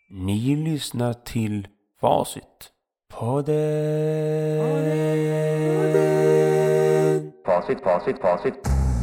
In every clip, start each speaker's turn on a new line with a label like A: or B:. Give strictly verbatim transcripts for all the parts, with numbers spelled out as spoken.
A: Ni lyssnar till Facit. Podden. Facit, facit, facit.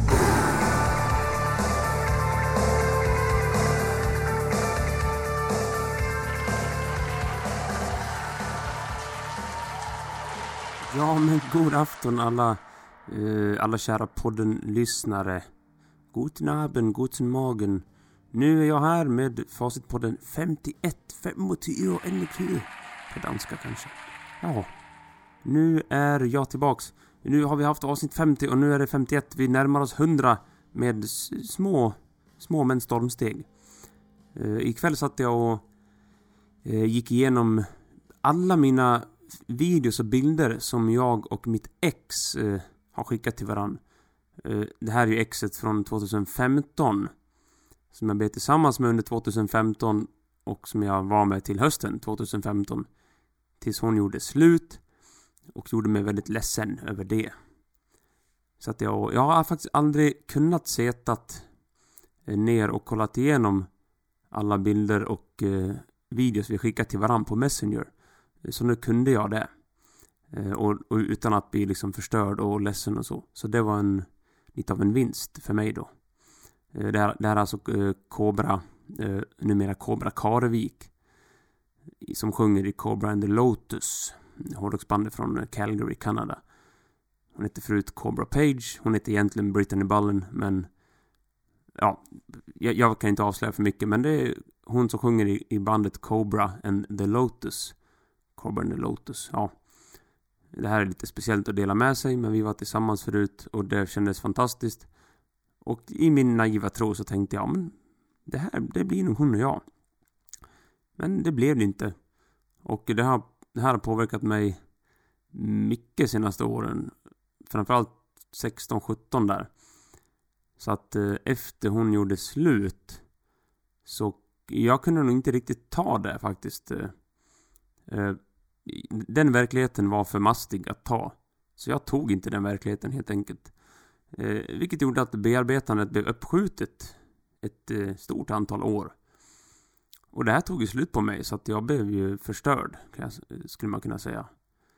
B: Ja, men god afton alla, eh, alla kära podden-lyssnare. Guten Abend, guten Morgen. Nu är jag här med Facitpodden femtioett, femtio, en kul på danska kanske. Ja, nu är jag tillbaks. Nu har vi haft avsnitt femtio och nu är det femtioett. Vi närmar oss hundra med s- små, små men stormsteg. Eh, ikväll satt jag och eh, gick igenom alla mina videos och bilder som jag och mitt ex eh, har skickat till varann. Eh, det här är ju exet från tjugohundrafemton som jag blev tillsammans med under tjugohundrafemton och som jag var med till hösten tjugohundrafemton tills hon gjorde slut och gjorde mig väldigt ledsen över det. Så att jag, jag har faktiskt aldrig kunnat setat eh, ner och kollat igenom alla bilder och eh, videos vi skickat till varann på Messenger. Så nu kunde jag det. Eh, och, och utan att bli liksom förstörd och ledsen och så. Så det var en lite av en vinst för mig då. Eh, det, här, det här är alltså eh, Cobra, eh, numera Cobra Karevik, som sjunger i Cobra and the Lotus, hårdrocksbandet från Calgary, Kanada. Hon heter förut Cobra Page. Hon heter egentligen Brittany Bullen, men ja, jag, jag kan inte avslöja för mycket, men det är hon som sjunger i, i bandet Cobra and the Lotus. Cobra and the Lotus, ja. Det här är lite speciellt att dela med sig, men vi var tillsammans förut och det kändes fantastiskt. Och i min naiva tro så tänkte jag, men det här, det blir nog hon och jag. Men det blev det inte. Och det här, det här har påverkat mig mycket senaste åren. Framförallt sexton sjutton där. Så att eh, efter hon gjorde slut så jag kunde nog inte riktigt ta det faktiskt. Eh, den verkligheten var för mastig att ta. Så jag tog inte den verkligheten helt enkelt. Eh, vilket gjorde att bearbetandet blev uppskjutet ett eh, stort antal år. Och det här tog ju slut på mig så att jag blev ju förstörd, skulle man kunna säga.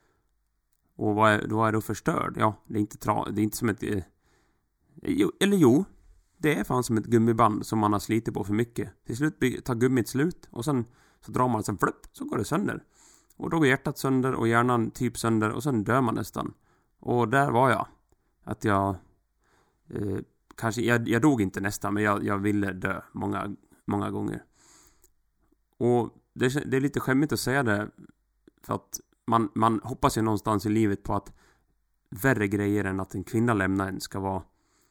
B: Och vad är, vad är då förstörd? Ja, det är inte, tra- det är inte som ett... Eh, jo, eller jo, det är fan som ett gummiband som man har slitit på för mycket. Till slut tar gummit slut och sen så drar man sen flupp, så går det sönder. Och då går hjärtat sönder och hjärnan typ sönder och sen dör man nästan. Och där var jag. Att jag... Eh, kanske, jag, jag dog inte nästan, men jag, jag ville dö många, många gånger. Och det, det är lite skämmigt att säga det. För att man, man hoppas ju någonstans i livet på att värre grejer än att en kvinna lämnar en ska vara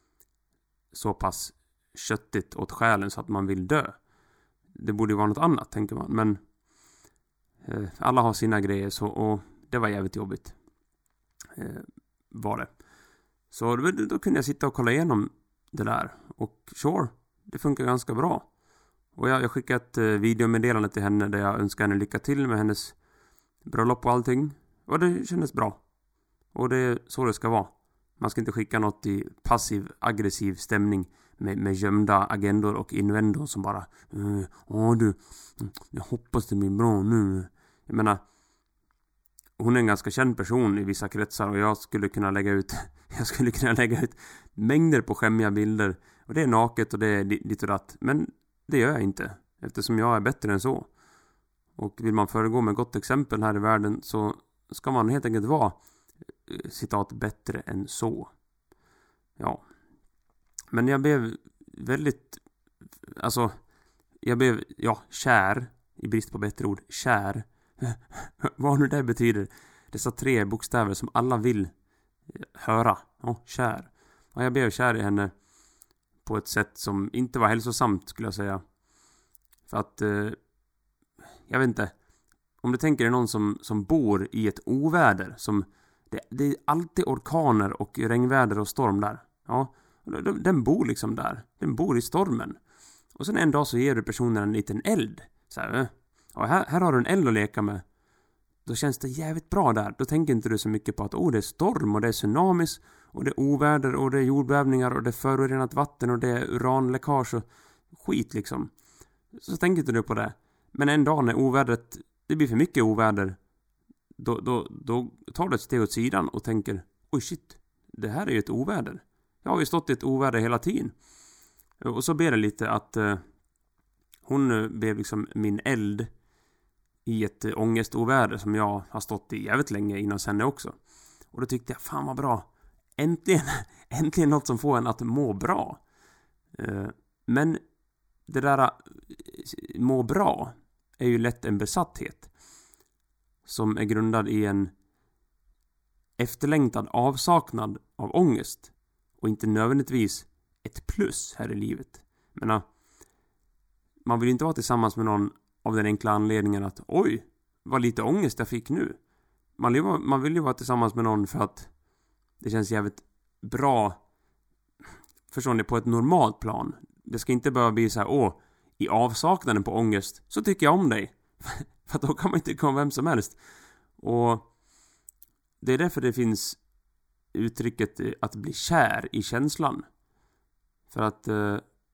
B: så pass köttigt åt själen så att man vill dö. Det borde ju vara något annat, tänker man. Men eh, alla har sina grejer så, och det var jävligt jobbigt. Eh, var det. Så då, då kunde jag sitta och kolla igenom det där. Och sure, det funkar ganska bra. Och jag, jag skickade ett eh, videomeddelande till henne där jag önskar henne lycka till med hennes bröllop och allting. Och det kändes bra. Och det är så det ska vara. Man ska inte skicka något i passiv, aggressiv stämning med, med gömda agendor och invändor som bara Åh du, jag hoppas det blir bra nu. Jag menar, hon är en ganska känd person i vissa kretsar och jag skulle kunna lägga ut jag skulle kunna lägga ut mängder på skämmiga bilder. Och det är naket och det är ditt och datt. Men det gör jag inte, eftersom jag är bättre än så. Och vill man föregå med gott exempel här i världen så ska man helt enkelt vara, citat, bättre än så. Ja. Men jag blev väldigt, alltså, jag blev, ja, kär, i brist på bättre ord, kär. Vad nu det betyder. Dessa tre bokstäver som alla vill höra. Ja, kär. Och jag blev kär i henne på ett sätt som inte var hälsosamt, skulle jag säga. För att eh, jag vet inte, om du tänker dig någon som, som bor i ett oväder, som det, det är alltid orkaner och regnväder och storm där. Ja, den bor liksom där. Den bor i stormen. Och sen en dag så ger du personen en liten eld. Så här, ja, här, här har du en eld att leka med. Då känns det jävligt bra där. Då tänker inte du så mycket på att oh, det är storm och det är tsunamis och det är oväder och det är jordbävningar och det är förorenat vatten och det är uranläckage och skit liksom. Så tänker inte du på det. Men en dag när ovädret, det blir för mycket oväder, då, då, då tar du ett steg åt sidan och tänker, oj shit, det här är ju ett oväder. Jag har ju stått i ett oväder hela tiden. Och så blir det lite att eh, hon blev liksom min eld i ett eh, ångestoväder som jag har stått i jävligt länge innan henne också. Och då tyckte jag, fan vad bra. Äntligen, äntligen något som får en att må bra. Eh, men det där eh, må bra är ju lätt en besatthet. Som är grundad i en efterlängtad avsaknad av ångest. Och inte nödvändigtvis ett plus här i livet. Men man vill inte vara tillsammans med någon av den enkla anledningen att oj, vad lite ångest jag fick nu. Man vill, man vill ju vara tillsammans med någon för att det känns jävligt bra, förstår ni, på ett normalt plan. Det ska inte behöva bli så här, åh, i avsaknaden på ångest så tycker jag om dig. För att då kan man inte komma vem som helst. Och det är därför det finns uttrycket att bli kär i känslan. För att eh,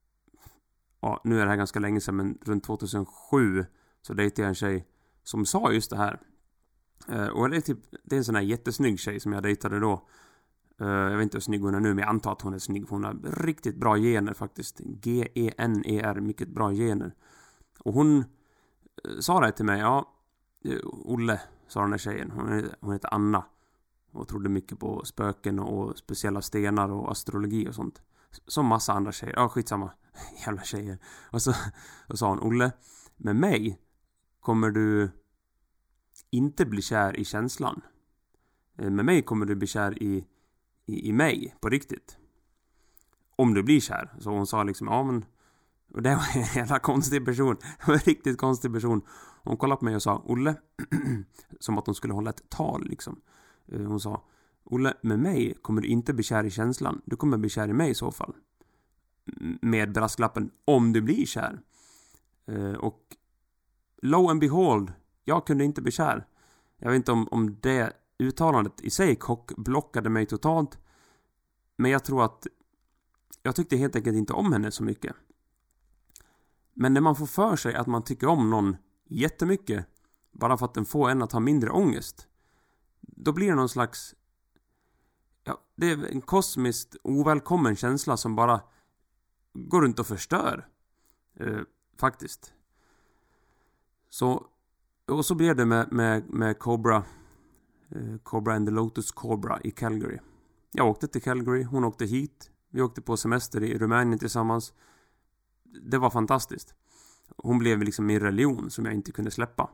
B: ja, nu är det här ganska länge sedan, men runt tjugohundrasju så dejtade jag en tjej som sa just det här. Eh, och det är, typ, det är en sån här jättesnygg tjej som jag dejtade då. Eh, jag vet inte hur snygg hon är nu, men jag antar att hon är snygg. Hon har riktigt bra gener faktiskt. G E N E R, mycket bra gener. Och hon eh, sa det till mig, ja, Olle, sa den här tjejen. Hon, hon heter Anna. Och trodde mycket på spöken och speciella stenar och astrologi och sånt. Som massa andra tjejer. Ja, skitsamma. Jävla tjejer. Och så och sa hon, Olle, med mig kommer du inte bli kär i känslan. Med mig kommer du bli kär i, i, i mig, på riktigt. Om du blir kär. Så hon sa liksom, ja men... Och det var en jävla konstig person. Det var en riktigt konstig person. Hon kollade på mig och sa, Olle, som att hon skulle hålla ett tal liksom. Hon sa, Olle, med mig kommer du inte bli kär i känslan. Du kommer bli kär i mig i så fall. Med brasklappen, om du blir kär. Och lo and behold, jag kunde inte bli kär. Jag vet inte om, om det uttalandet i sig kockblockade mig totalt. Men jag tror att jag tyckte helt enkelt inte om henne så mycket. Men när man får för sig att man tycker om någon jättemycket, bara för att den får en att ha mindre ångest, då blir det någon slags, ja, det är en kosmiskt ovälkommen känsla som bara går runt och förstör. Eh, faktiskt. Så, och så blev det med, med, med Cobra. Eh, Cobra and the Lotus Cobra i Calgary. Jag åkte till Calgary, hon åkte hit. Vi åkte på semester i Rumänien tillsammans. Det var fantastiskt. Hon blev liksom min religion som jag inte kunde släppa.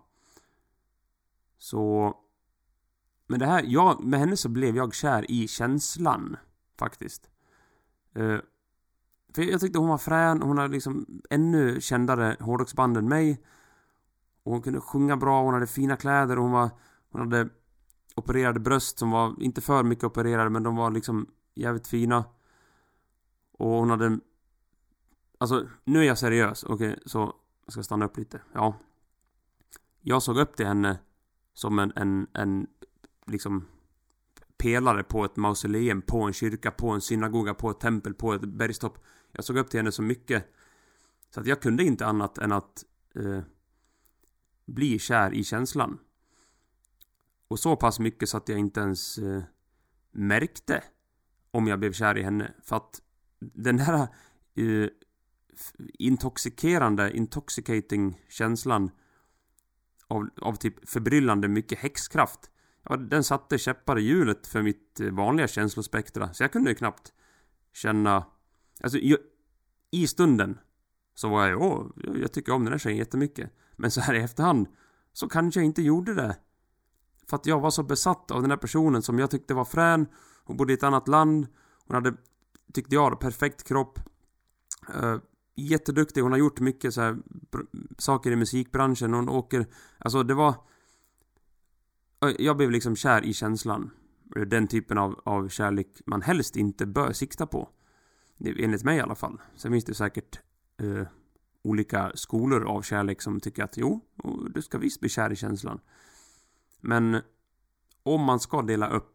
B: Så... Men det här, jag, med henne så blev jag kär i känslan, faktiskt. Uh, för jag tyckte hon var frän, hon hade liksom ännu kändare hårdrocksband än mig. Och hon kunde sjunga bra, hon hade fina kläder, hon var, hon hade opererade bröst som var inte för mycket opererade, men de var liksom jävligt fina. Och hon hade, alltså, nu är jag seriös, okej, okay, så jag ska stanna upp lite. Ja. Jag såg upp till henne som en, en, en liksom pelare på ett mausoleum, på en kyrka, på en synagoga, på ett tempel, på ett bergstopp. Jag såg upp till henne så mycket så att jag kunde inte annat än att eh, bli kär i känslan. Och så pass mycket så att jag inte ens eh, märkte om jag blev kär i henne. För att den här eh, intoxikerande, intoxicating känslan av, av typ förbryllande mycket häxkraft, ja, den satte käppar i hjulet för mitt vanliga känslospektra. Så jag kunde knappt känna... Alltså, jag, i stunden så var jag, åh, jag tycker om den här tjejen jättemycket. Men så här i efterhand så kanske jag inte gjorde det. För att jag var så besatt av den här personen som jag tyckte var frän. Hon bodde i ett annat land. Hon hade, tyckte jag, perfekt kropp. Uh, jätteduktig. Hon har gjort mycket så här br- saker i musikbranschen. Hon åker... Alltså, det var... Jag blev liksom kär i känslan. Den typen av, av kärlek man helst inte bör sikta på. Enligt mig i alla fall. Sen finns det säkert eh, olika skolor av kärlek som tycker att jo, du ska visst bli kär i känslan. Men om man ska dela upp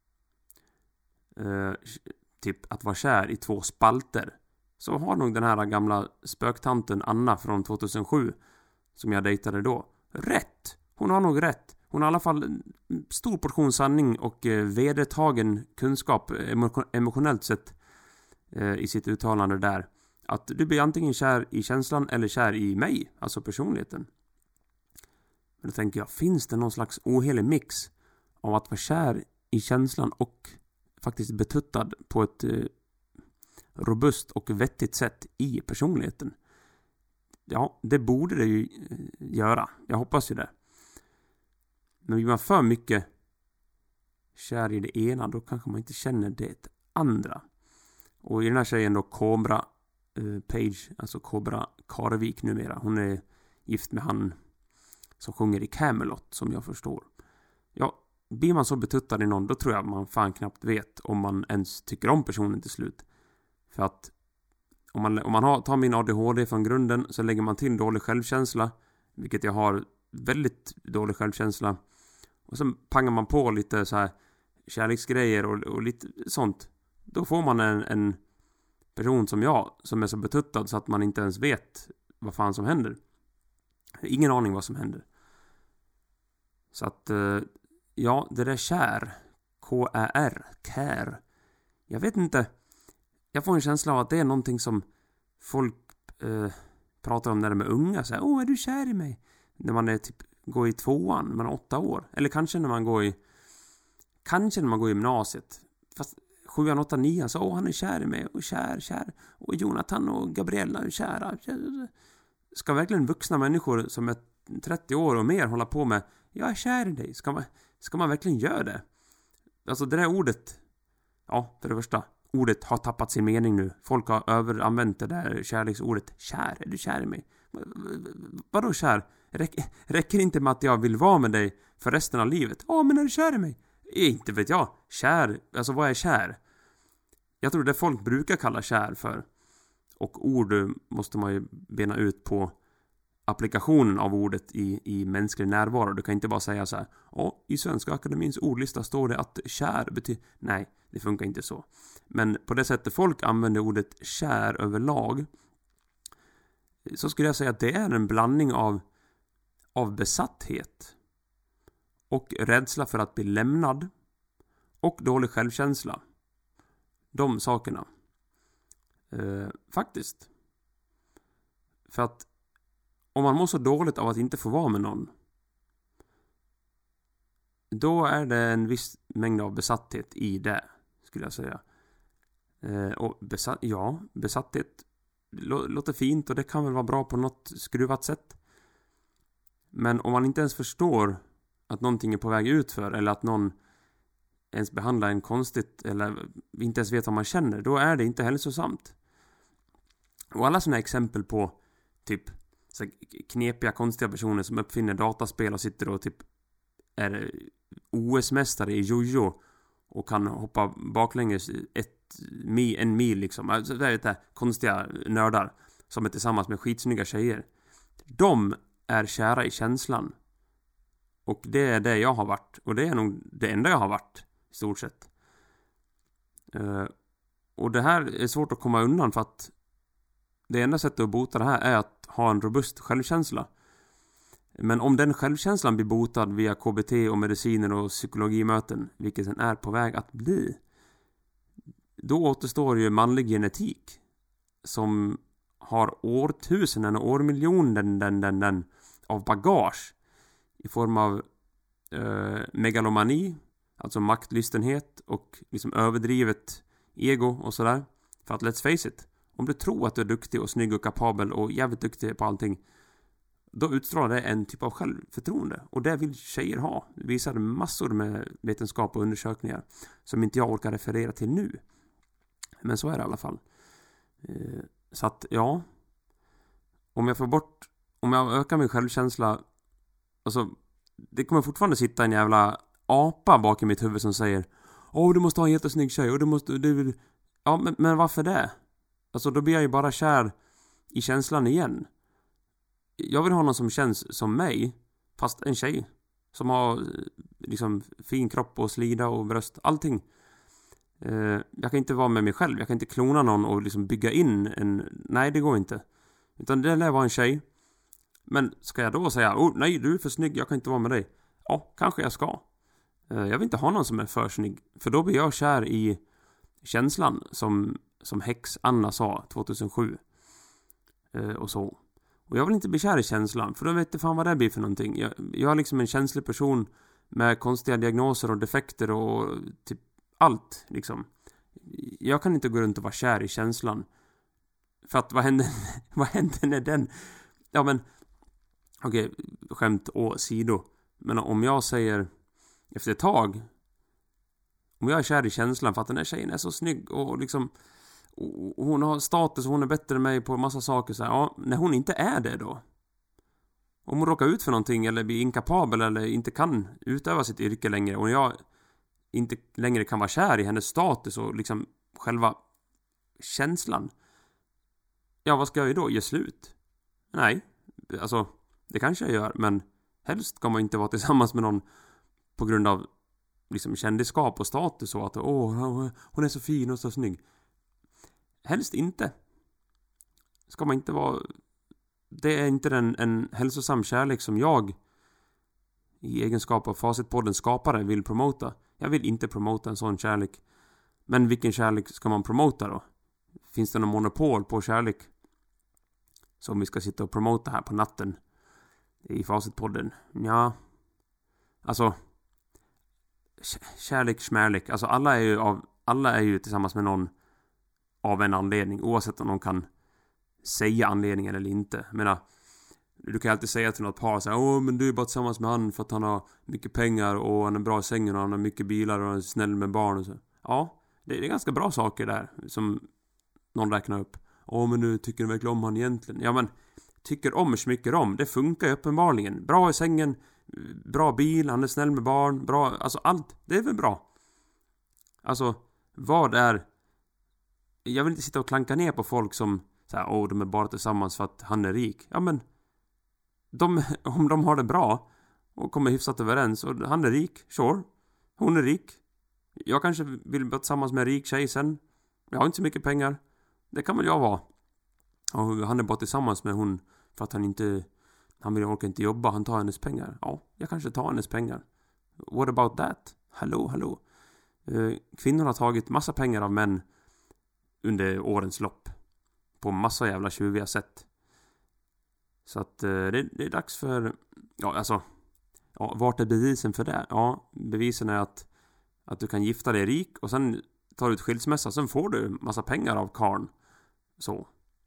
B: eh, typ att vara kär i två spalter, så har nog den här gamla spöktanten Anna från tjugohundrasju som jag dejtade då. Rätt! Hon har nog rätt. Hon har i alla fall en stor portion sanning och eh, vedertagen kunskap emo- emotionellt sett eh, i sitt uttalande där. Att du blir antingen kär i känslan eller kär i mig, alltså personligheten. Men då tänker jag, finns det någon slags ohelig mix av att vara kär i känslan och faktiskt betuttad på ett eh, robust och vettigt sätt i personligheten? Ja, det borde det ju eh, göra. Jag hoppas ju det. Men blir man för mycket kär i det ena, då kanske man inte känner det andra. Och i den här tjejen då, Cobra eh, Page, alltså Cobra Karvik numera. Hon är gift med han som sjunger i Camelot, som jag förstår. Ja, blir man så betuttad i någon, då tror jag man fan knappt vet om man ens tycker om personen till slut. För att om man, om man har, tar min A D H D från grunden, så lägger man till dålig självkänsla, vilket jag har väldigt dålig självkänsla. Och sen pangar man på lite så här kärleksgrejer och, och lite sånt. Då får man en, en person som jag, som är så betuttad så att man inte ens vet vad fan som händer. Ingen aning vad som händer. Så att, ja, det där kär. K-Ä-R. Kär. Jag vet inte. Jag får en känsla av att det är någonting som folk eh, pratar om när de är unga. Så här, åh, är du kär i mig? När man är typ, går i tvåan, man är åtta år. Eller kanske när man går i kanske när man går i gymnasiet. Fast sjuan, åttan, nian, så åh, han är kär i mig. Och kär, kär. Och Jonathan och Gabriella är kära. Ska verkligen vuxna människor som är trettio år och mer hålla på med jag är kär i dig? Ska man, ska man verkligen göra det? Alltså det där ordet, ja, för det första, ordet har tappat sin mening nu. Folk har överanvänt det där kärleksordet. Kär, är du kär i mig? Vadå kär? Räck, räcker inte med att jag vill vara med dig för resten av livet? Ja, men är du kär i mig? Inte vet jag. Kär, alltså vad är kär? Jag tror det folk brukar kalla kär för. Och ord måste man ju bena ut på applikationen av ordet i, i mänsklig närvaro. Du kan inte bara säga så här, ja, i Svenska Akademins ordlista står det att kär betyder... Nej, det funkar inte så. Men på det sättet folk använder ordet kär överlag, så skulle jag säga att det är en blandning av, av besatthet och rädsla för att bli lämnad och dålig självkänsla. De sakerna. Eh, faktiskt. För att om man mår så dåligt av att inte få vara med någon, då är det en viss mängd av besatthet i det, skulle jag säga. Eh, och besatt, ja, besatthet lå, låter fint och det kan väl vara bra på något skruvat sätt. Men om man inte ens förstår att någonting är på väg ut för, eller att någon ens behandlar en konstigt, eller inte ens vet vad man känner, då är det inte hälsosamt. Och alla sådana exempel på typ så knepiga, konstiga personer som uppfinner dataspel och sitter och typ är O S-mästare i jojo och kan hoppa baklänges ett, en mil liksom. Alltså det är lite konstiga nördar som är tillsammans med skitsnygga tjejer. De är kära i känslan. Och det är det jag har varit. Och det är nog det enda jag har varit i stort sett. Uh, och det här är svårt att komma undan, för att det enda sättet att bota det här är att ha en robust självkänsla. Men om den självkänslan blir botad via K B T och mediciner och psykologimöten, vilket den är på väg att bli, då återstår ju manlig genetik som har årtusenden och årmiljoner den, den, den, den, av bagage i form av eh, megalomani, alltså maktlystenhet och liksom överdrivet ego och sådär. För att let's face it, om du tror att du är duktig och snygg och kapabel och jävligt duktig på allting, då utstrålar det en typ av självförtroende. Och det vill tjejer ha. Det visar massor med vetenskap och undersökningar som inte jag orkar referera till nu. Men så är det i alla fall. Så att, ja. Om jag får bort, om jag ökar min självkänsla, alltså, det kommer fortfarande sitta en jävla apa bak i mitt huvud som säger, åh, du måste ha en jättesnygg tjej och du måste, du vill... Ja, men, men varför det? Alltså, då blir jag ju bara kär i känslan igen. Jag vill ha någon som känns som mig, fast en tjej som har liksom fin kropp och slida och bröst, allting. Eh, jag kan inte vara med mig själv. Jag kan inte klona någon och liksom bygga in en... Nej, det går inte. Utan det lär vara en tjej Men ska jag då säga, oh, nej, du är för snygg, jag kan inte vara med dig. Ja, kanske jag ska. Jag vill inte ha någon som är för snygg. För då blir jag kär i känslan som, som Häx Anna sa tjugohundrasju. Och så. Och jag vill inte bli kär i känslan. För då vet jag fan vad det blir för någonting. Jag, jag är liksom en känslig person med konstiga diagnoser och defekter och typ allt liksom. Jag kan inte gå runt och vara kär i känslan. För att vad händer, vad händer när den... Ja men, okej, okay, skämt åsido. Men om jag säger efter ett tag, om jag är kär i känslan för att den här tjejen är så snygg och liksom och hon har status och hon är bättre än mig på en massa saker så här, ja, när hon inte är det då. Om hon råkar ut för någonting eller blir inkapabel eller inte kan utöva sitt yrke längre och jag inte längre kan vara kär i hennes status och liksom själva känslan. Ja, vad ska jag då? Ge slut? Nej, alltså det kanske jag gör, men helst ska man inte vara tillsammans med någon på grund av liksom kändisskap och status och att åh, hon är så fin och så snygg. Helst inte. Ska man inte vara... Det är inte en, en hälsosam kärlek som jag i egenskap av Facitpodden skapare vill promota. Jag vill inte promota en sån kärlek. Men vilken kärlek ska man promota då? Finns det någon monopol på kärlek som vi ska sitta och promota här på natten i Facitpodden? Ja, alltså kärlek, smärlek. Alltså alla är ju av alla är ju tillsammans med någon av en anledning, oavsett om någon kan säga anledningen eller inte. Jag menar, du kan alltid säga till något par så här, åh men du är bara tillsammans med han för att han har mycket pengar och han är bra i sängen och han har mycket bilar och han är snäll med barn och så. Ja, det är ganska bra saker där som någon räknar upp. Åh men nu tycker du verkligen om han egentligen. Ja men, tycker om så mycket om. Det funkar ju uppenbarligen. Bra i sängen, bra bil, han är snäll med barn, bra, alltså allt, det är väl bra. Alltså, vad är... Jag vill inte sitta och klanka ner på folk som så här, åh, de är bara tillsammans för att han är rik. Ja, men de, om de har det bra och kommer hyfsat överens och han är rik, sure. Hon är rik. Jag kanske vill vara tillsammans med en rik tjej sen. Jag har inte så mycket pengar. Det kan väl jag vara. Och han är bara tillsammans med hon för att han inte... Han vill orka inte jobba, han tar hennes pengar. Ja, jag kanske tar hennes pengar. What about that? Hallå, hallå. Eh, kvinnor har tagit massa pengar av män under årens lopp. På massa jävla tjuviga sätt. Så att eh, det, det är dags för... Ja, alltså... Ja, vart är bevisen för det? Ja, bevisen är att, att du kan gifta dig rik och sen tar du ett skilsmässa. Sen får du massa pengar av karn. Så.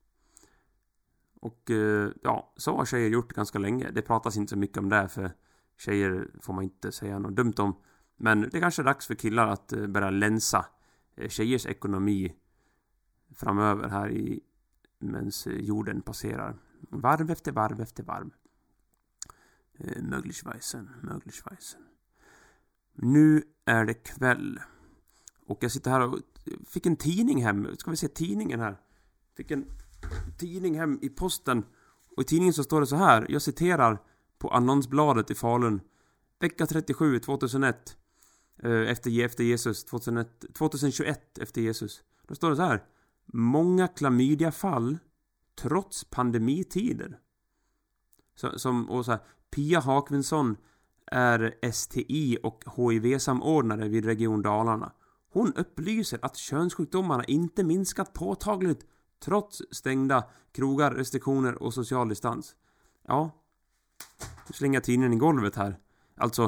B: Och eh, ja, så har tjejer gjort ganska länge. Det pratas inte så mycket om det, för tjejer får man inte säga något dumt om. Men det är kanske är dags för killar att eh, börja länsa eh, tjejers ekonomi framöver här i mens jorden passerar. Varv efter varv efter varv. Eh, Möglichweisen, Möglichweisen. Nu är det kväll. Och jag sitter här och fick en tidning hem. Ska vi se tidningen här? Fick en tidning hem i posten. Och i tidningen så står det så här. Jag citerar på annonsbladet i Falun. Vecka trettiosju tjugohundraett. Efter, efter Jesus. tjugohundraett, tjugohundratjugoett efter Jesus. Då står det så här. Många klamydiafall trots pandemitider. Så, som, och så här, Pia Hakvinsson är S T I och H I V-samordnare vid Region Dalarna. Hon upplyser att könssjukdomarna inte minskat påtagligt trots stängda krogar, restriktioner och social distans. Ja, nu slänger jag tidningen i golvet här. Alltså,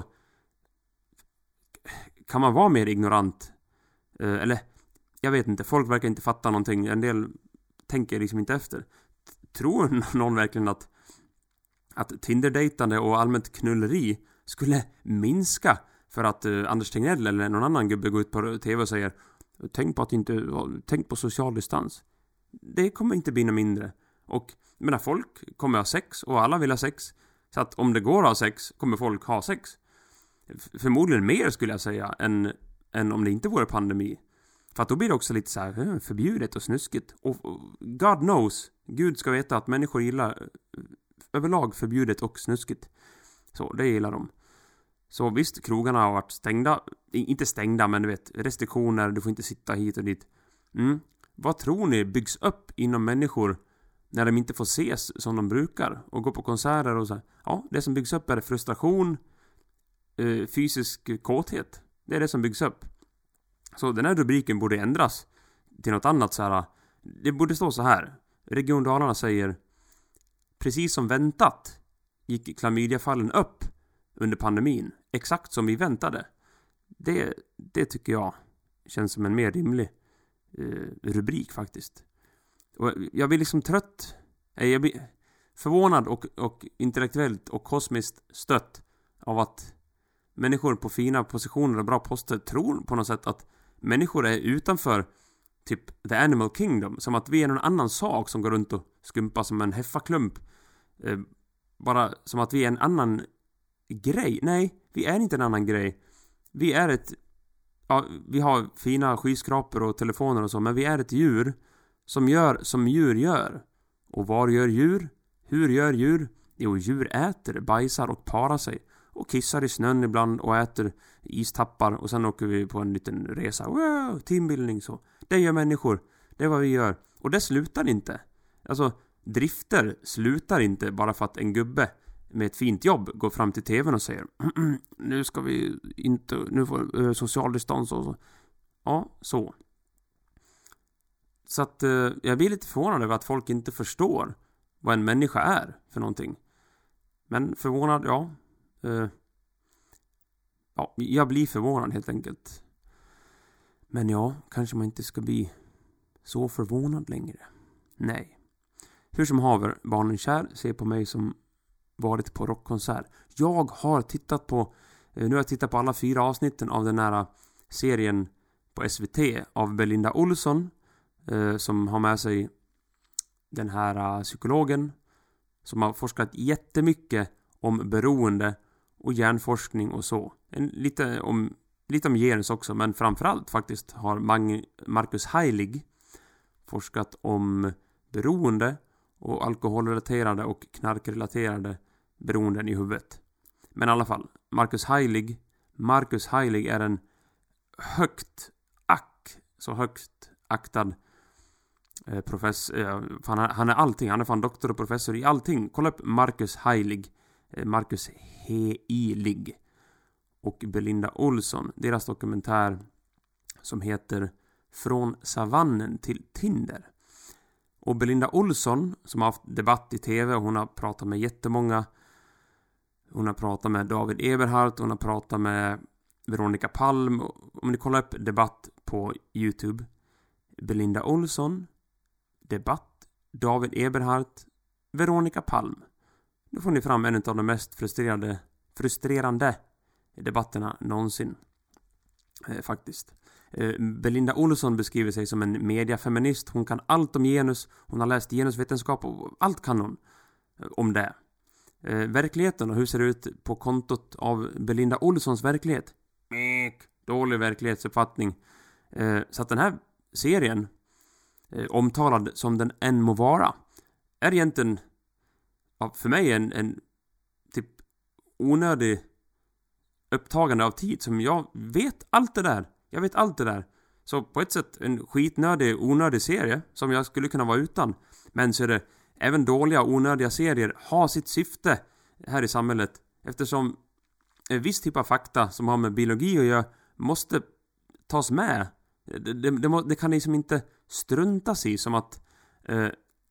B: kan man vara mer ignorant? Eh, eller, jag vet inte, folk verkar inte fatta någonting. En del tänker liksom inte efter. Tror någon verkligen att att Tinder-dejtande och allmänt knulleri skulle minska för att uh, Anders Tegnell eller någon annan gubbe går ut på tv och säger tänk på att inte tänk på social distans. Det kommer inte bli något mindre. Och menar, folk kommer ha sex och alla vill ha sex. Så att om det går att ha sex kommer folk ha sex. Förmodligen mer skulle jag säga än, än om det inte vore pandemi. För att då blir det också lite så här förbjudet och snuskigt. Och, och God knows, Gud ska veta att människor gillar överlag förbjudet och snuskigt. Så, det gillar de. Så visst, krogarna har varit stängda. Inte stängda, men du vet, restriktioner, du får inte sitta hit och dit. Mm. Vad tror ni byggs upp inom människor när de inte får ses som de brukar och gå på konserter och så här. Ja, det som byggs upp är frustration, eh, fysisk kåthet. Det är det som byggs upp. Så den här rubriken borde ändras till något annat så här. Det borde stå så här. Region Dalarna säger: precis som väntat gick klamydiafallen upp under pandemin. Exakt som vi väntade. Det, det tycker jag känns som en mer rimlig eh, rubrik faktiskt. Och jag blir liksom trött. Jag blir förvånad och, och intellektuellt och kosmiskt stött av att människor på fina positioner och bra poster tror på något sätt att människor är utanför typ the animal kingdom. Som att vi är någon annan sak som går runt och skumpar som en heffaklump. Eh, bara som att vi är en annan grej. Nej, vi är inte en annan grej. Vi är ett... Ja, vi har fina skyskrapor och telefoner och så, men vi är ett djur som gör som djur gör. Och var gör djur? Hur gör djur? Jo, djur äter, bajsar och parar sig. Och kissar i snön ibland och äter istappar. Och sen åker vi på en liten resa. Wow, teambildning så. Det gör människor. Det är vad vi gör. Och det slutar inte. Alltså, drifter slutar inte bara för att en gubbe med ett fint jobb går fram till tvn och säger nu ska vi inte, nu får uh, social distans och så. Ja, så. Så att uh, jag blir lite förvånad över att folk inte förstår vad en människa är för någonting. Men förvånad, ja. Uh, ja, jag blir förvånad helt enkelt. Men ja, kanske man inte ska bli så förvånad längre. Nej. Hur som haver, barnen kär ser på mig som varit på rockkonsert. Jag har tittat på nu har jag tittat på alla fyra avsnitten av den här serien på S V T av Belinda Olsson eh, som har med sig den här psykologen som har forskat jättemycket om beroende och hjärnforskning och så. En, lite om lite om genus också, men framförallt faktiskt har Mag- Marcus Heilig forskat om beroende och alkoholrelaterade och knarkrelaterade beroenden i huvudet. Men i alla fall, Marcus Heilig Marcus Heilig är en högt ack, så högt aktad eh, professor. Eh, han, han är allting, han är fan doktor och professor i allting. Kolla upp Marcus Heilig, eh, Marcus Heilig och Belinda Olsson, deras dokumentär som heter Från savannen till Tinder. Och Belinda Olsson som har haft debatt i tv, hon har pratat med jättemånga. Hon har pratat med David Eberhardt, hon har pratat med Veronica Palm. Om ni kollar upp debatt på YouTube, Belinda Olsson, debatt, David Eberhardt, Veronica Palm. Då får ni fram en av de mest frustrerande, frustrerande debatterna någonsin. Eh, faktiskt. Belinda Olsson beskriver sig som en mediafeminist. Hon kan allt om genus. Hon har läst genusvetenskap och allt kan hon om det. Verkligheten och hur ser det ut på kontot av Belinda Olssons verklighet? Dålig verklighetsuppfattning. Så att den här serien, omtalad som den än må vara, är egentligen för mig en, en typ onödig upptagande av tid som jag vet allt det där. Jag vet allt det där. Så på ett sätt en skitnödig, onödig serie som jag skulle kunna vara utan. Men så är det även dåliga, onödiga serier har sitt syfte här i samhället. Eftersom en viss typ av fakta som har med biologi att göra måste tas med. Det, det, det, må, det kan liksom inte struntas i som att eh,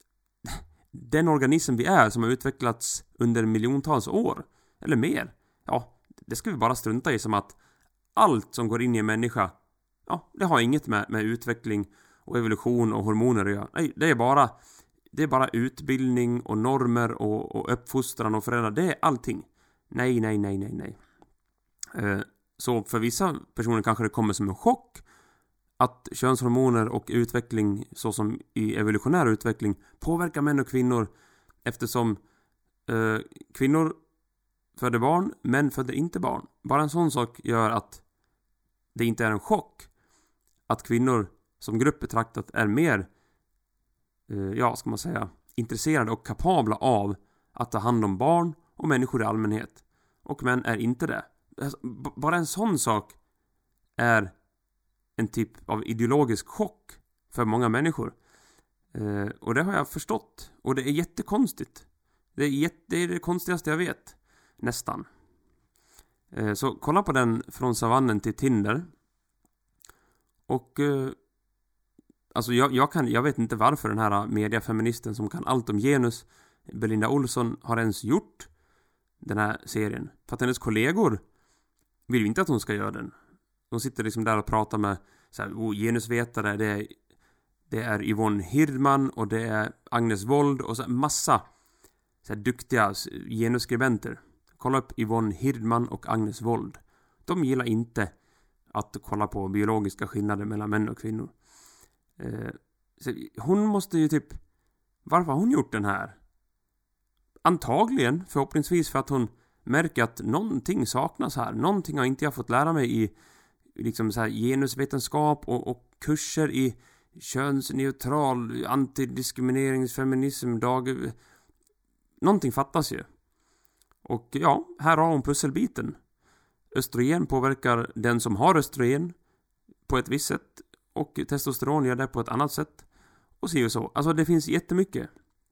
B: den organism vi är som har utvecklats under miljontals år eller mer. Ja, det ska vi bara strunta i som att allt som går in i en människa, ja, det har inget med, med utveckling och evolution och hormoner att göra. Nej, det är bara det är bara utbildning och normer och, och uppfostran och föräldrar. Det är allting. Nej, nej, nej, nej, nej. Eh, så för vissa personer kanske det kommer som en chock att könshormoner och utveckling, så som i evolutionär utveckling, påverkar män och kvinnor eftersom eh, kvinnor föder barn, män föder inte barn. Bara en sån sak gör att det inte är en chock att kvinnor som grupp betraktat är mer, eh, ja, ska man säga, intresserade och kapabla av att ta hand om barn och människor i allmänhet. Och män är inte det. Alltså, b- bara en sån sak är en typ av ideologisk chock för många människor. Eh, och det har jag förstått. Och det är jättekonstigt. Det är, jätte, det är det konstigaste jag vet. Nästan. Eh, så kolla på den Från savannen till Tinder. Och eh, alltså jag, jag, kan, jag vet inte varför den här mediafeministen som kan allt om genus, Belinda Olsson, har ens gjort den här serien. För att hennes kollegor vill ju inte att hon ska göra den. De sitter liksom där och pratar med så här, oh, genusvetare. Det är, det är Yvonne Hirdman och det är Agnes Wold och så här, massa så här, duktiga genusskribenter. Kolla upp Yvonne Hirdman och Agnes Wold. De gillar inte att kolla på biologiska skillnader mellan män och kvinnor. Eh, så hon måste ju typ... Varför har hon gjort den här? Antagligen, förhoppningsvis för att hon märker att någonting saknas här. Någonting har inte jag fått lära mig i liksom så här genusvetenskap och, och kurser i könsneutral antidiskrimineringsfeminism dag. Någonting fattas ju. Och ja, här har hon pusselbiten. Östrogen påverkar den som har östrogen på ett visst sätt och testosteron gör det på ett annat sätt. Och så och så. Alltså det finns jättemycket.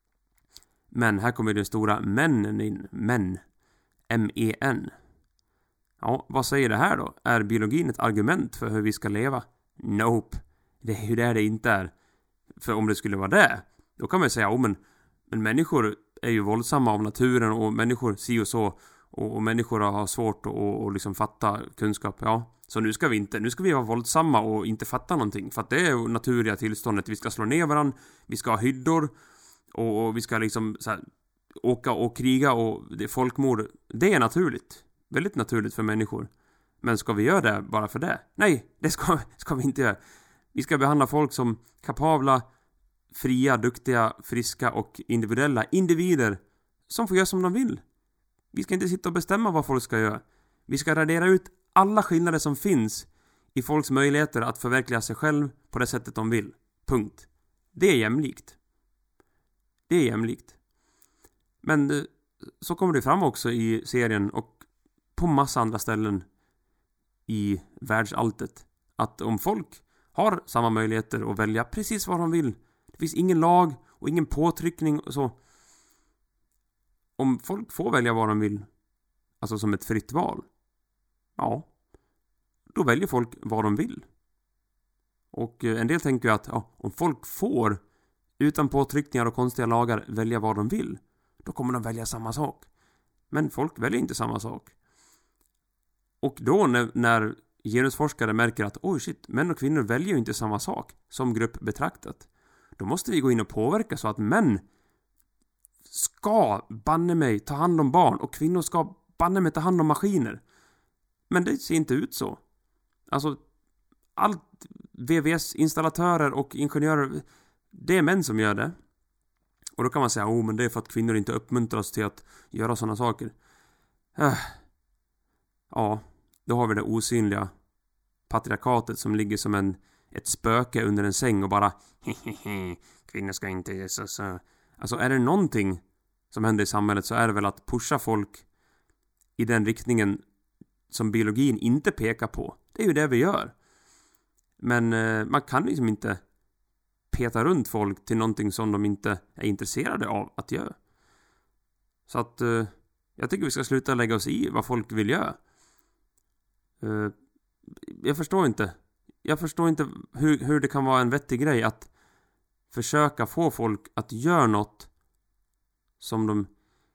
B: Men här kommer den stora männen in. Män. M E N. Ja, vad säger det här då? Är biologin ett argument för hur vi ska leva? Nope. Det är ju där det inte är. För om det skulle vara det, då kan man säga, oh, men, men människor är ju våldsamma av naturen och människor ser och så och, och människor har svårt att och liksom fatta kunskap. Ja, så nu ska vi inte, nu ska vi vara våldsamma och inte fatta någonting. För att det är ju naturliga tillståndet. Vi ska slå ner varandra, vi ska ha hyddor och, och vi ska liksom så här, åka och kriga och det är folkmord. Det är naturligt. Väldigt naturligt för människor. Men ska vi göra det bara för det? Nej, det ska, ska vi inte göra. Vi ska behandla folk som kapabla, fria, duktiga, friska och individuella individer som får göra som de vill. Vi ska inte sitta och bestämma vad folk ska göra. Vi ska radera ut alla skillnader som finns i folks möjligheter att förverkliga sig själv på det sättet de vill. Punkt. Det är jämlikt. Det är jämlikt. Men så kommer det fram också i serien och på massa andra ställen i världsalltet att om folk har samma möjligheter att välja precis vad de vill. Det finns ingen lag och ingen påtryckning och så. Om folk får välja vad de vill, alltså som ett fritt val, ja, då väljer folk vad de vill. Och en del tänker att ja, om folk får utan påtryckningar och konstiga lagar välja vad de vill, då kommer de välja samma sak. Men folk väljer inte samma sak. Och då när, när genusforskare märker att oj shit, män och kvinnor väljer ju inte samma sak som grupp betraktat, då måste vi gå in och påverka så att män ska banne mig ta hand om barn och kvinnor ska banne mig ta hand om maskiner. Men det ser inte ut så. Alltså allt V V S-installatörer och ingenjörer, det är män som gör det. Och då kan man säga, oh men det är för att kvinnor inte uppmuntras till att göra sådana saker. Äh. Ja, då har vi det osynliga patriarkatet som ligger som en, ett spöke under en säng och bara hehehe, kvinnor ska inte ge så, så. Alltså är det någonting som händer i samhället så är det väl att pusha folk i den riktningen som biologin inte pekar på. Det är ju det vi gör. Men eh, man kan liksom inte peta runt folk till någonting som de inte är intresserade av att göra. Så att eh, jag tycker vi ska sluta lägga oss i vad folk vill göra. Eh, jag förstår inte. Jag förstår inte hur, hur det kan vara en vettig grej att försöka få folk att göra något som de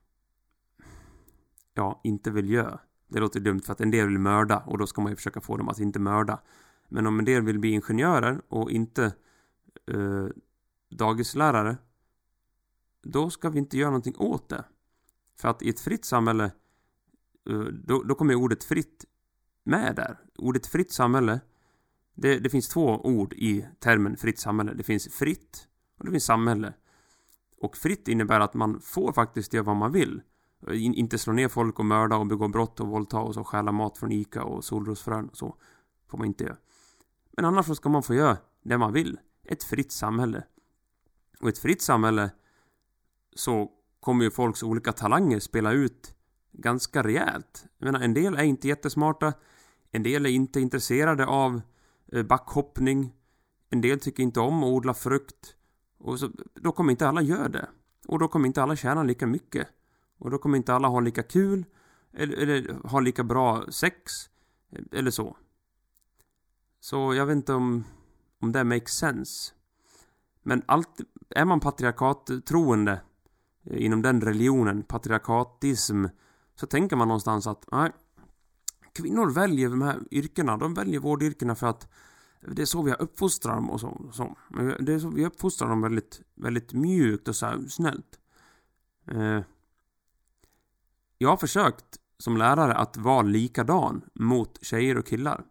B: ja, inte vill göra. Det låter dumt för att en del vill mörda och då ska man ju försöka få dem att inte mörda. Men om en del vill bli ingenjörer och inte eh, dagislärare, då ska vi inte göra någonting åt det. För att i ett fritt samhälle eh, då, då kommer ordet fritt med där. Ordet fritt samhälle, det, det finns två ord i termen fritt samhälle. Det finns fritt och det finns samhälle. Och fritt innebär att man får faktiskt göra vad man vill. In, inte slå ner folk och mörda och begå brott och våldta och så stjäla mat från Ica och solrosfrön och så får man inte göra. Men annars så ska man få göra det man vill. Ett fritt samhälle. Och ett fritt samhälle så kommer ju folks olika talanger spela ut ganska rejält. Jag menar, en del är inte jättesmarta. En del är inte intresserade av eh, backhoppning. En del tycker inte om att odla frukt. Och så, då kommer inte alla göra det. Och då kommer inte alla tjäna lika mycket. Och då kommer inte alla ha lika kul. Eller, eller ha lika bra sex. Eller så. Så jag vet inte om, om det makes sense. Men allt, är man patriarkattroende inom den religionen, patriarkatism, så tänker man någonstans att nej, kvinnor väljer de här yrkena. De väljer vårdyrkena för att det är så vi har uppfostrat dem och så. så. Det är så vi uppfostrar dem väldigt, väldigt mjukt och så här snällt. Eh, jag har försökt som lärare att vara likadan mot tjejer och killar.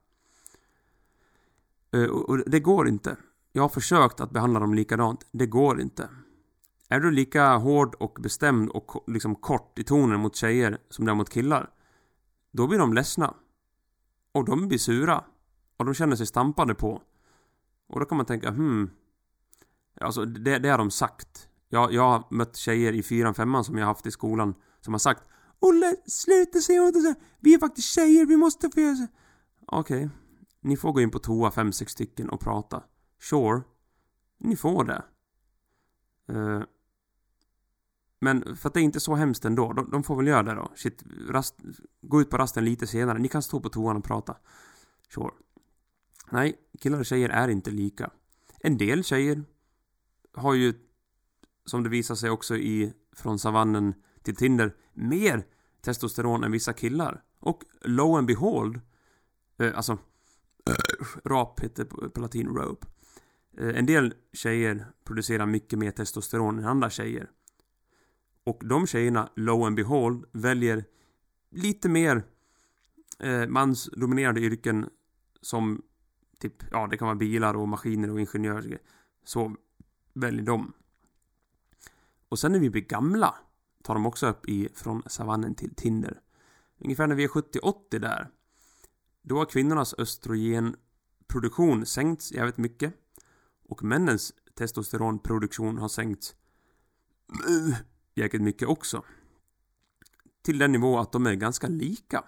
B: Eh, och, och det går inte. Jag har försökt att behandla dem likadant. Det går inte. Är du lika hård och bestämd och liksom kort i tonen mot tjejer som det är mot killar, då blir de ledsna. Och de blir sura. Och de känner sig stampade på. Och då kan man tänka, hmm. Alltså det, det har de sagt. Jag, jag har mött tjejer i fyran, femman som jag har haft i skolan som har sagt, Olle, sluta säga åt oss. Vi är faktiskt tjejer, vi måste få göra så. Okej. Okay. Ni får gå in på toa fem, sex stycken och prata. Sure. Ni får det. Uh, men för att det är inte så hemskt ändå. De, de får väl göra det då. Shit, rast, gå ut på rasten lite senare. Ni kan stå på toan och prata. Sure. Nej, killar och tjejer är inte lika. En del tjejer har ju, som det visar sig också i Från savannen till Tinder, mer testosteron än vissa killar. Och lo and behold, eh, alltså äh, rap heter på, på latin rope. Eh, en del tjejer producerar mycket mer testosteron än andra tjejer. Och de tjejerna, lo and behold, väljer lite mer eh, mansdominerade yrken som typ, ja, det kan vara bilar och maskiner och ingenjörer. Så väljer de. Och sen när vi blir gamla tar de också upp i Från savannen till Tinder. Ungefär när vi är sjuttio åttio där, då har kvinnornas östrogenproduktion sänkts jävligt mycket. Och männens testosteronproduktion har sänkts jäkligt mycket också. Till den nivå att de är ganska lika.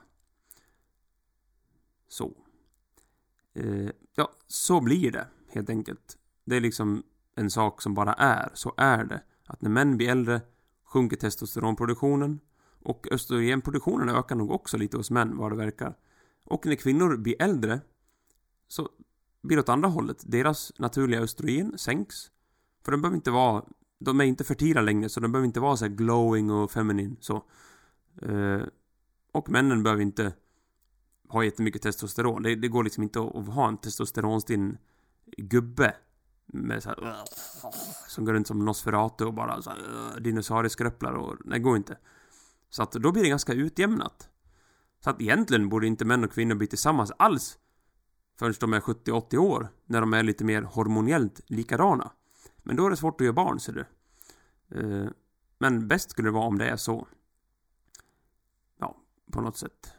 B: Så. Eh, ja, så blir det helt enkelt. Det är liksom en sak som bara är. Så är det. Att när män blir äldre sjunker testosteronproduktionen. Och östrogenproduktionen ökar nog också lite hos män, vad det verkar. Och när kvinnor blir äldre så blir det åt andra hållet. Deras naturliga östrogen sänks. För de behöver inte vara, de är inte fertila längre, så de behöver inte vara så här glowing och feminin. Så. Eh, och männen behöver inte ha jättemycket testosteron. Det, det går liksom inte att, att ha en testosteronstinn gubbe med så här, som går runt som Nosferatu och bara så här, dinosaurieskröpplar och det går inte. Så att då blir det ganska utjämnat. Så att egentligen borde inte män och kvinnor bli tillsammans alls förrän de är sjuttio åttio år, när de är lite mer hormoniellt likadana. Men då är det svårt att göra barn, ser du. Men bäst skulle det vara om det är så. Ja, på något sätt.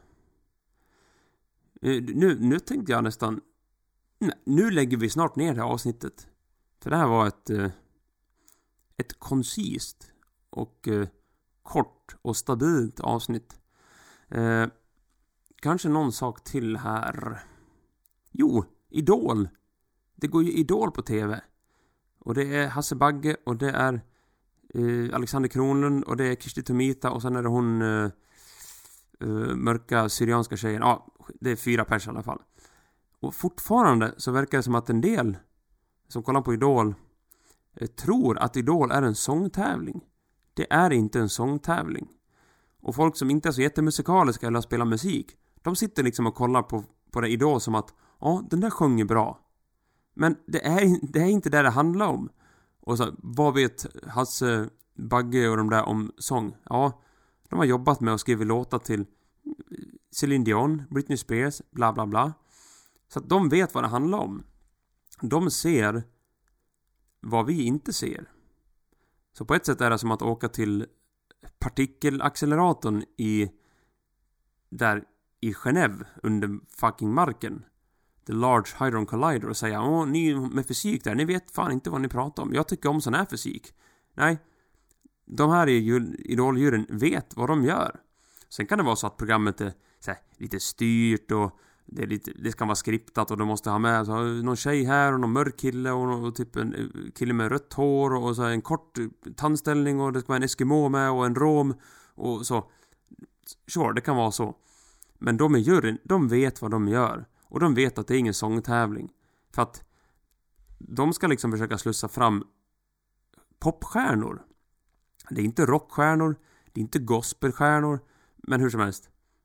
B: Nu, nu tänkte jag nästan, nej, nu lägger vi snart ner det här avsnittet. För det här var ett ett koncist och kort och stabilt avsnitt. Eh, kanske någon sak till här. Jo, Idol. Det går ju Idol på tv. Och det är Hasse Bagge och det är eh, Alexander Kronlund och det är Kirsti Tomita och sen är det hon eh, eh, mörka syrianska tjejen. Ja, det är fyra pers i alla fall. Och fortfarande så verkar det som att en del som kollar på Idol eh, tror att Idol är en sångtävling. Det är inte en sångtävling. Och folk som inte är så jättemusikaliska eller spelar musik, de sitter liksom och kollar på, på det Idol som att ja, den där sjunger bra. Men det är, det är inte det det handlar om. Och så, vad vet Hasse Bagge och de där om sång? Ja, de har jobbat med att skriva låtar till Celine Dion, Britney Spears, bla bla bla. Så att de vet vad det handlar om. De ser vad vi inte ser. Så på ett sätt är det som att åka till partikelacceleratorn i där i Genève under fucking marken. The Large Hadron Collider och säga, åh, ni med fysik där, ni vet fan inte vad ni pratar om. Jag tycker om sån här fysik. Nej, de här idoldjuren vet vad de gör. Sen kan det vara så att programmet är så här, lite styrt och det, är lite, det ska vara skriptat och de måste ha med så, någon tjej här och någon mörk kille och, och typ en kille med rött hår och, och så en kort tandställning och det ska vara en eskimo med och en rom och så. Sure, det kan vara så. Men de i juryn, de vet vad de gör. Och de vet att det är ingen sångtävling. För att de ska liksom försöka slussa fram popstjärnor. Det är inte rockstjärnor, det är inte gospelstjärnor, men hur som helst.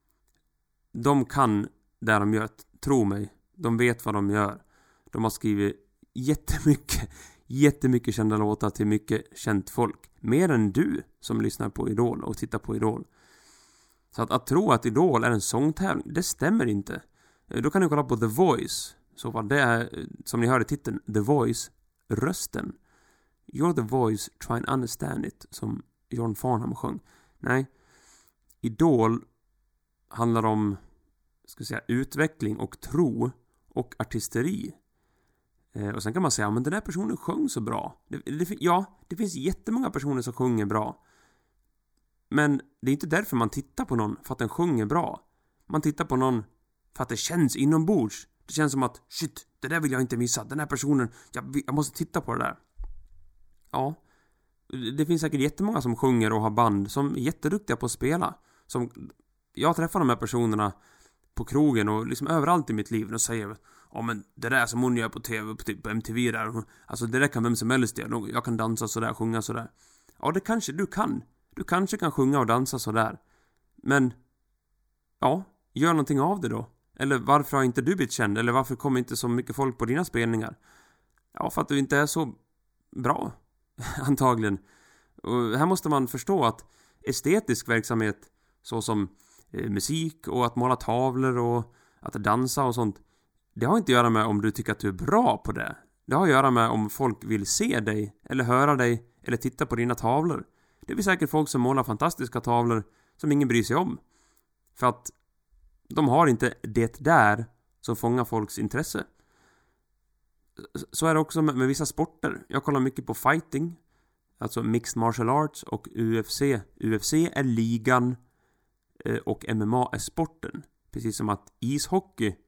B: De kan det de gör, tro mig. De vet vad de gör. De har skrivit jättemycket, jättemycket kända låtar till mycket känt folk. Mer än du som lyssnar på Idol och tittar på Idol. Så att, att tro att Idol är en sångtävling, det stämmer inte. Då kan ni kolla på The Voice. Så vad det är, som ni hör i titeln, The Voice, rösten. You're the voice, try and understand it, som John Farnham sjöng. Nej, Idol handlar om, ska jag säga, utveckling och tro och artisteri. Eh, och sen kan man säga, men den här personen sjöng så bra. Det, det, ja, det finns jättemånga personer som sjunger bra. Men det är inte därför man tittar på någon för att den sjunger bra. Man tittar på någon för att det känns inombords. Det känns som att, shit, det där vill jag inte missa. Den här personen, jag, jag måste titta på det där. Ja, det finns säkert jättemånga som sjunger och har band som är jätteduktiga på att spela. Som, jag träffar de här personerna på krogen och liksom överallt i mitt liv och säger, ja men det där som hon gör på tv, på typ M T V där, alltså det där kan vem som helst göra. Jag kan dansa sådär, sjunga sådär. Ja, det kanske du kan. Du kanske kan sjunga och dansa sådär. Men, ja, gör någonting av det då. Eller varför har inte du blivit känd? Eller varför kommer inte så mycket folk på dina spelningar? Ja, för att du inte är så bra, antagligen. Och här måste man förstå att estetisk verksamhet, såsom eh, musik och att måla tavlor och att dansa och sånt, det har inte att göra med om du tycker att du är bra på det. Det har att göra med om folk vill se dig, eller höra dig, eller titta på dina tavlor. Det är säkert folk som målar fantastiska tavlor som ingen bryr sig om. För att de har inte det där som fångar folks intresse. Så är det också med, med vissa sporter. Jag kollar mycket på fighting, alltså mixed martial arts och U F C. U F C är ligan och M M A är sporten. Precis som att ishockey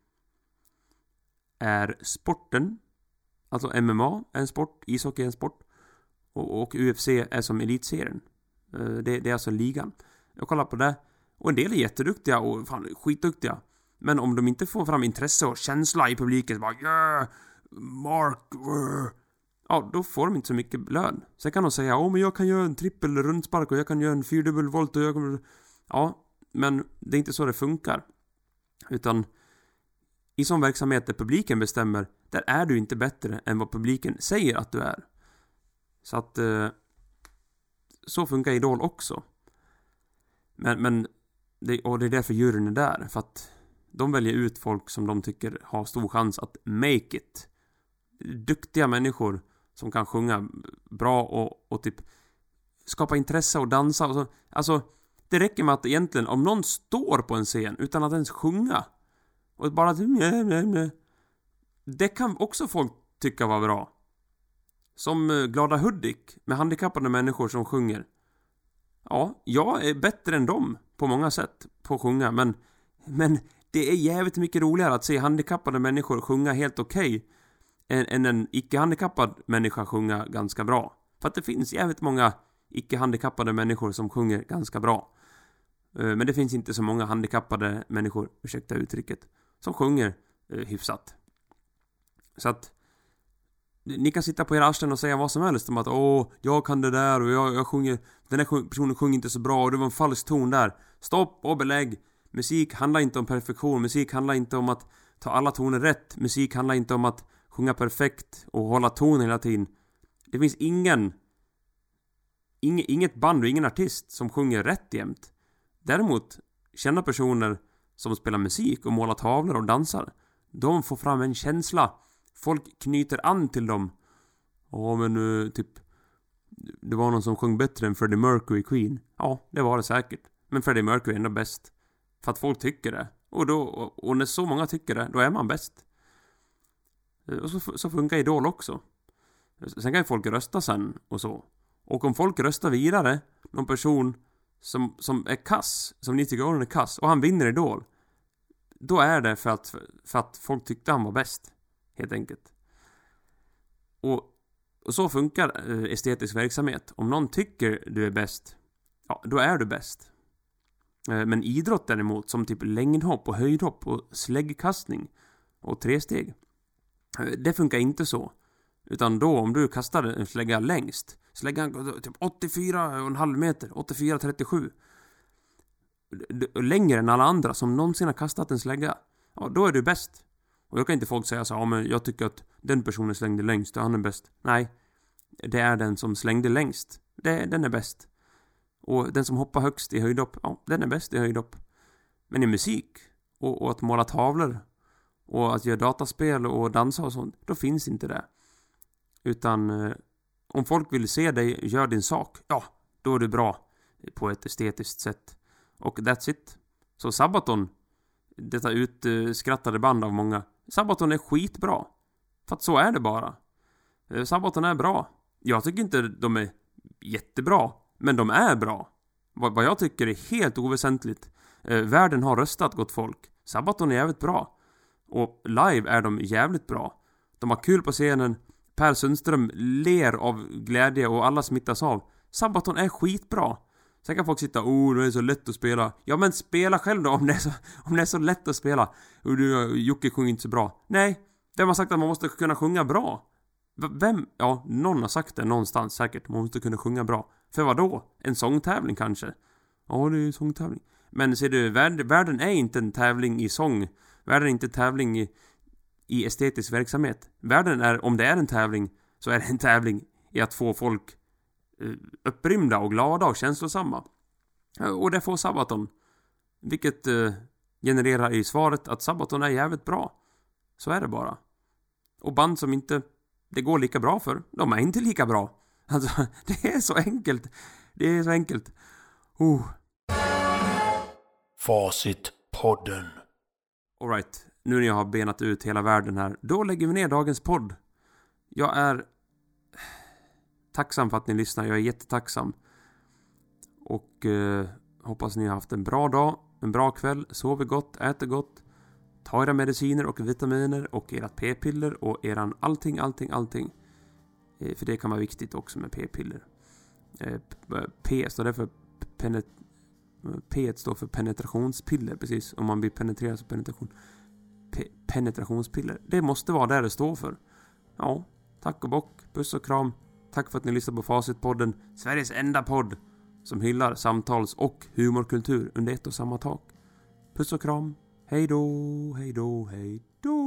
B: är sporten. Alltså M M A är en sport, ishockey är en sport. Och, och U F C är som elitserien. Det, det är alltså ligan. Jag kollar på det. Och en del är jätteduktiga och fan, skitduktiga. Men om de inte får fram intresse och känsla i publiken så bara, yeah, Mark, uh, ja, då får de inte så mycket lön. Sen kan de säga, åh, oh, men jag kan göra en trippel rundspark och jag kan göra en fyrdubbelvolt och jag kan... Ja, men det är inte så det funkar. Utan i sån verksamhet där publiken bestämmer, där är du inte bättre än vad publiken säger att du är. Så att eh, så funkar Idol också. Men, men det, och det är därför juryn är där. För att de väljer ut folk som de tycker har stor chans att make it. Duktiga människor som kan sjunga bra och, och typ skapa intresse och dansa. Och så. Alltså, det räcker med att egentligen om någon står på en scen utan att ens sjunga och bara det kan också folk tycka var bra. Som Glada Hudik med handikappade människor som sjunger. Ja, jag är bättre än dem på många sätt på att sjunga. Men, men det är jävligt mycket roligare att se handikappade människor sjunga helt okej okay, än, än en icke-handikappad människa sjunga ganska bra. För att det finns jävligt många icke-handikappade människor som sjunger ganska bra. Men det finns inte så många handikappade människor, ursäkta uttrycket, som sjunger eh, hyfsat. Så att ni kan sitta på era arslen och säga vad som helst om att åh, jag kan det där och jag, jag sjunger, den här personen sjunger inte så bra och det var en falsk ton där. Stopp och belägg. Musik handlar inte om perfektion. Musik handlar inte om att ta alla toner rätt. Musik handlar inte om att sjunga perfekt och hålla ton hela tiden. Det finns ingen ing, inget band och ingen artist som sjunger rätt jämt. Däremot känna personer som spelar musik och målar tavlor och dansar, de får fram en känsla. Folk knyter an till dem. Ja, men uh, typ det var någon som sjöng bättre än Freddie Mercury, Queen. Ja, det var det säkert. Men Freddie Mercury är ändå bäst. För att folk tycker det. Och, då, och, och när så många tycker det, då är man bäst. Och så, så funkar Idol också. Sen kan ju folk rösta sen och så. Och om folk röstar vidare, någon person som, som är kass, som ni tycker är kass, och han vinner Idol, då är det för att, för att folk tyckte han var bäst. Helt enkelt. Och, och så funkar eh, estetisk verksamhet. Om någon tycker du är bäst, ja, då är du bäst. Eh, men idrott däremot, som typ längdhopp och höjdhopp och släggkastning och tresteg, eh, det funkar inte så. Utan då, om du kastar en slägga längst, släggan typ åttiofyra komma fem meter, åttiofyra komma trettiosju, längre än alla andra som någonsin har kastat en slägga, ja, då är du bäst. Och jag kan inte folk säga så, ja, men jag tycker att den personen slängde längst och han är bäst. Nej, det är den som slängde längst. Det, den är bäst. Och den som hoppar högst i höjdhopp, ja, den är bäst i höjdhopp. Men i musik och, och att måla tavlor och att göra dataspel och dansa och sånt, då finns inte det. Utan eh, om folk vill se dig gör din sak, ja, då är du bra på ett estetiskt sätt. Och that's it. Så Sabaton, detta utskrattade band av många, Sabaton är skitbra. För att så är det bara. Sabaton är bra. Jag tycker inte de är jättebra, men de är bra. Vad, vad jag tycker är helt oväsentligt. Eh, världen har röstat, gott folk. Sabaton är jävligt bra. Och live är de jävligt bra. De har kul på scenen. Per Sundström ler av glädje och alla smittas av. Sabaton är skitbra. Sen kan folk sitta, oh, det är så lätt att spela. Ja, men spela själv då, om det är så, om det är så lätt att spela. Och du, Jocke sjunger inte så bra. Nej, vem har sagt att man måste kunna sjunga bra? V- vem? Ja, någon har sagt det någonstans säkert. Man måste kunna sjunga bra. För vad då? En sångtävling kanske? Ja, det är en sångtävling. Men ser du, värld, världen är inte en tävling i sång. Världen är inte en tävling i, i estetisk verksamhet. Världen är, om det är en tävling, så är det en tävling i att få folk upprymda och glada och känslosamma. Och det får Sabaton. Vilket eh, genererar i svaret att Sabaton är jävligt bra. Så är det bara. Och band som inte det går lika bra för, de är inte lika bra. Alltså, det är så enkelt. Det är så enkelt. Oh.
A: Facitpodden.
B: All right. Nu när jag har benat ut hela världen här, då lägger vi ner dagens podd. Jag är tacksam för att ni lyssnar. Jag är jättetacksam. Och eh, hoppas ni har haft en bra dag, en bra kväll, sover gott, äter gott, ta era mediciner och vitaminer och ert p-piller och eran allting, allting, allting. Eh, för det kan vara viktigt också med p-piller. Eh, P står det för penet- P står för penetrationspiller, precis. Om man blir penetrerad så penetration. P- penetrationspiller. Det måste vara där det står för. Ja, tack och bock, puss och kram. Tack för att ni lyssnar på Facitpodden, Sveriges enda podd som hyllar samtals- och humorkultur under ett och samma tak. Puss och kram. Hej då, hej då, hej då.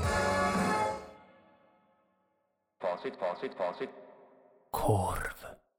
A: Facit, facit, facit. Korv.